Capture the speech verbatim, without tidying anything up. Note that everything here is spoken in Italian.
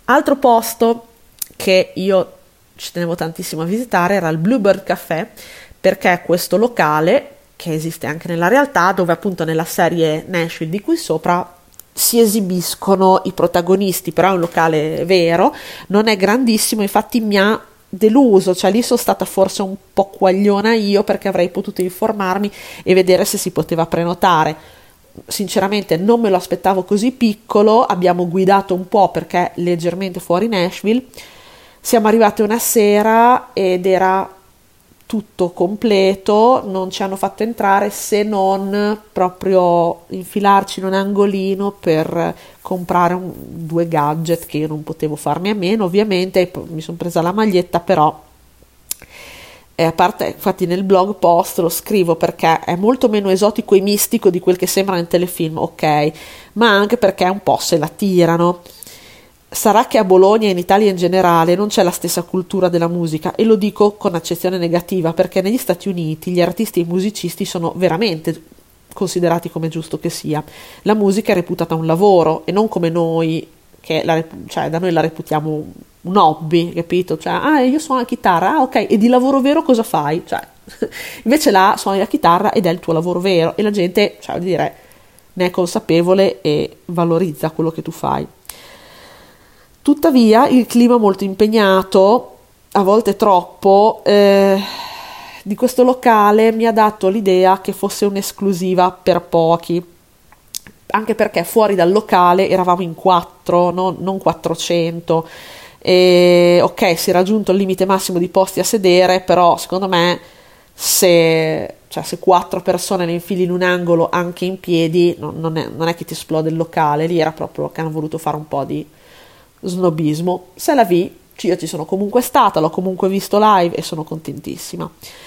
Altro posto che io ci tenevo tantissimo a visitare era il Bluebird Café, perché è questo locale che esiste anche nella realtà, dove appunto nella serie Nashville di qui sopra si esibiscono i protagonisti, però è un locale vero, non è grandissimo, infatti mi ha deluso, cioè lì sono stata forse un po' quagliona io, perché avrei potuto informarmi e vedere se si poteva prenotare. Sinceramente non me lo aspettavo così piccolo, abbiamo guidato un po' perché è leggermente fuori Nashville, siamo arrivati una sera ed era tutto completo, non ci hanno fatto entrare se non proprio infilarci in un angolino per comprare un, due gadget che io non potevo farmi a meno, ovviamente mi sono presa la maglietta, però e a parte, infatti nel blog post lo scrivo perché è molto meno esotico e mistico di quel che sembra nel telefilm, ok, ma anche perché un po' se la tirano. Sarà che a Bologna e in Italia in generale non c'è la stessa cultura della musica, e lo dico con accezione negativa, perché negli Stati Uniti gli artisti e i musicisti sono veramente considerati come è giusto che sia. La musica è reputata un lavoro e non come noi, che la, cioè, da noi la reputiamo un hobby, capito? Cioè, ah, io suono la chitarra, ah, ok, e di lavoro vero cosa fai? Cioè, invece là suoni la chitarra ed è il tuo lavoro vero, e la gente, cioè, vuol dire, ne è consapevole e valorizza quello che tu fai. Tuttavia il clima molto impegnato, a volte troppo, eh, di questo locale mi ha dato l'idea che fosse un'esclusiva per pochi, anche perché fuori dal locale eravamo in quattro, no? Non quattrocento, e ok, si è raggiunto il limite massimo di posti a sedere, però secondo me se, cioè, se quattro persone le infili in un angolo anche in piedi, non, non, è, non è che ti esplode il locale, lì era proprio che hanno voluto fare un po' di snobismo. Se la vi, io ci sono comunque stata, l'ho comunque visto live e sono contentissima.